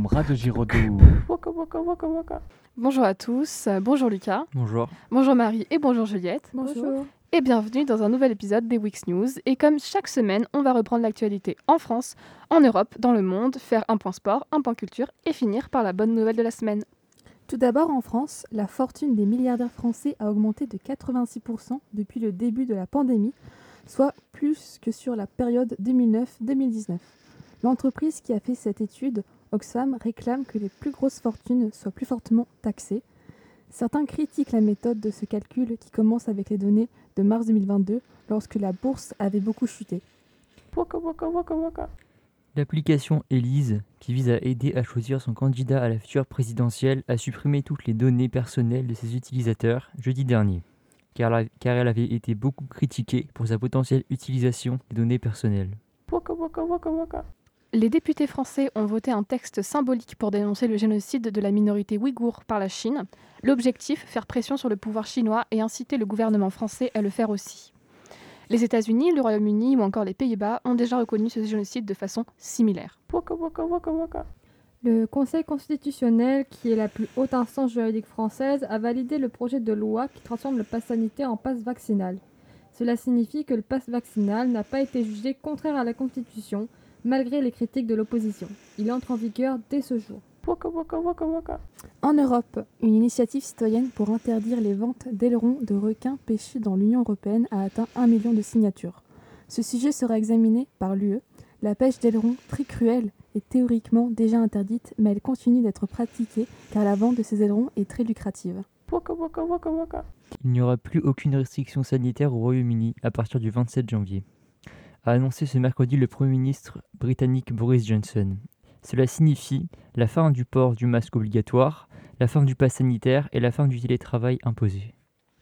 boum, Radio Giraudoux. Waka waka waka waka. Bonjour à tous, bonjour Lucas, Bonjour. bonjour Marie et bonjour Juliette. Bonjour. Et bienvenue dans un nouvel épisode des Wix News. Et comme chaque semaine, on va reprendre l'actualité en France, en Europe, dans le monde, faire un point sport, un point culture et finir par la bonne nouvelle de la semaine. Tout d'abord, en France, la fortune des milliardaires français a augmenté de 86% depuis le début de la pandémie, soit plus que sur la période 2009-2019. L'entreprise qui a fait cette étude, Oxfam, réclame que les plus grosses fortunes soient plus fortement taxées. Certains critiquent la méthode de ce calcul qui commence avec les données de mars 2022, lorsque la bourse avait beaucoup chuté. Waka waka waka waka. L'application Élise, qui vise à aider à choisir son candidat à la future présidentielle, a supprimé toutes les données personnelles de ses utilisateurs jeudi dernier, car elle avait été beaucoup critiquée pour sa potentielle utilisation des données personnelles. Waka waka waka waka. Les députés français ont voté un texte symbolique pour dénoncer le génocide de la minorité ouïghour par la Chine. L'objectif, faire pression sur le pouvoir chinois et inciter le gouvernement français à le faire aussi. Les États-Unis, le Royaume-Uni ou encore les Pays-Bas ont déjà reconnu ce génocide de façon similaire. Waka waka waka waka. Le Conseil constitutionnel, qui est la plus haute instance juridique française, a validé le projet de loi qui transforme le pass sanitaire en pass vaccinal. Cela signifie que le pass vaccinal n'a pas été jugé contraire à la Constitution, malgré les critiques de l'opposition. Il entre en vigueur dès ce jour. Waka waka waka waka. En Europe, une initiative citoyenne pour interdire les ventes d'ailerons de requins pêchés dans l'Union européenne a atteint 1 million de signatures. Ce sujet sera examiné par l'UE. La pêche d'ailerons, très cruelle, est théoriquement déjà interdite, mais elle continue d'être pratiquée car la vente de ces ailerons est très lucrative. Waka waka waka waka. Il n'y aura plus aucune restriction sanitaire au Royaume-Uni à partir du 27 janvier, a annoncé ce mercredi le Premier ministre britannique Boris Johnson. Cela signifie la fin du port du masque obligatoire, la fin du pass sanitaire et la fin du télétravail imposé.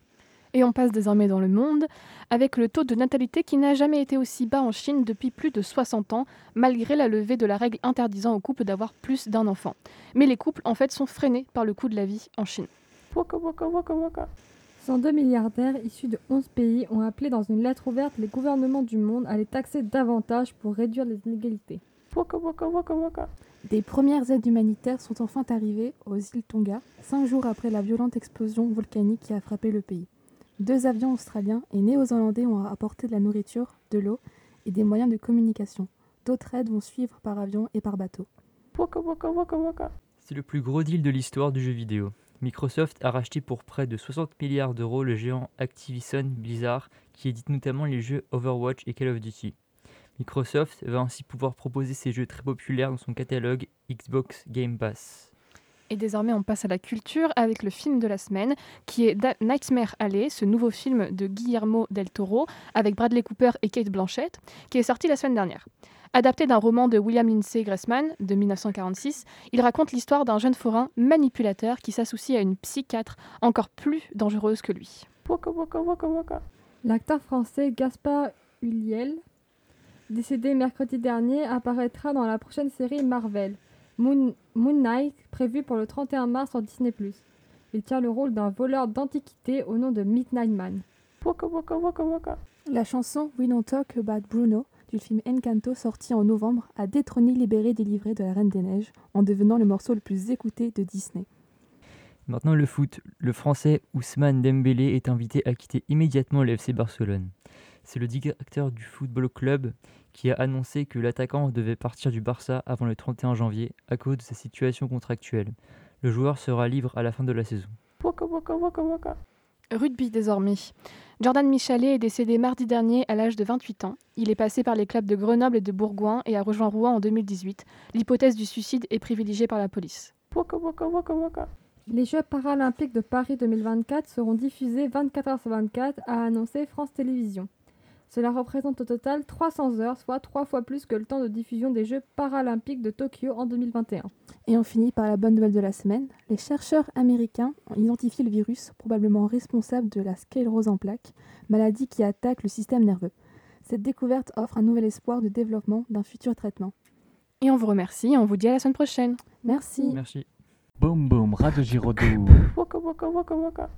Et on passe désormais dans le monde, avec le taux de natalité qui n'a jamais été aussi bas en Chine depuis plus de 60 ans, malgré la levée de la règle interdisant aux couples d'avoir plus d'un enfant. Mais les couples, en fait, sont freinés par le coût de la vie en Chine. Waka waka waka waka. 102 milliardaires issus de 11 pays ont appelé dans une lettre ouverte les gouvernements du monde à les taxer davantage pour réduire les inégalités. Waka waka waka waka. Des premières aides humanitaires sont enfin arrivées aux îles Tonga, 5 jours après la violente explosion volcanique qui a frappé le pays. 2 avions australiens et néo-zélandais ont apporté de la nourriture, de l'eau et des moyens de communication. D'autres aides vont suivre par avion et par bateau. Waka waka waka waka. C'est le plus gros deal de l'histoire du jeu vidéo. Microsoft a racheté pour près de 60 milliards d'euros le géant Activision Blizzard, qui édite notamment les jeux Overwatch et Call of Duty. Microsoft va ainsi pouvoir proposer ses jeux très populaires dans son catalogue Xbox Game Pass. Et désormais, on passe à la culture avec le film de la semaine, qui est Nightmare Alley, ce nouveau film de Guillermo del Toro, avec Bradley Cooper et Cate Blanchett, qui est sorti la semaine dernière. Adapté d'un roman de William Lindsay Gressman de 1946, il raconte l'histoire d'un jeune forain manipulateur qui s'associe à une psychiatre encore plus dangereuse que lui. Waka waka waka waka. L'acteur français Gaspard Ulliel, décédé mercredi dernier, apparaîtra dans la prochaine série Marvel, Moon Knight, prévue pour le 31 mars sur Disney+. Il tient le rôle d'un voleur d'antiquités au nom de Midnight Man. Waka waka waka waka. La chanson We Don't Talk About Bruno du film Encanto, sorti en novembre, a détrôné Libéré délivré de la Reine des Neiges en devenant le morceau le plus écouté de Disney. Maintenant le foot. Le Français Ousmane Dembélé est invité à quitter immédiatement le FC Barcelone. C'est le directeur du Football Club qui a annoncé que l'attaquant devait partir du Barça avant le 31 janvier à cause de sa situation contractuelle. Le joueur sera libre à la fin de la saison. Waka waka waka waka. Rugby désormais. Jordan Michalet est décédé mardi dernier à l'âge de 28 ans. Il est passé par les clubs de Grenoble et de Bourgoin et a rejoint Rouen en 2018. L'hypothèse du suicide est privilégiée par la police. Waka waka waka waka. Les Jeux paralympiques de Paris 2024 seront diffusés 24h/24, a annoncé France Télévisions. Cela représente au total 300 heures, soit 3 fois plus que le temps de diffusion des Jeux paralympiques de Tokyo en 2021. Et on finit par la bonne nouvelle de la semaine. Les chercheurs américains ont identifié le virus probablement responsable de la sclérose en plaques, maladie qui attaque le système nerveux. Cette découverte offre un nouvel espoir de développement d'un futur traitement. Et on vous remercie et on vous dit à la semaine prochaine. Merci. Merci. Boum boum, Radio Giraudoux. Waka waka waka waka.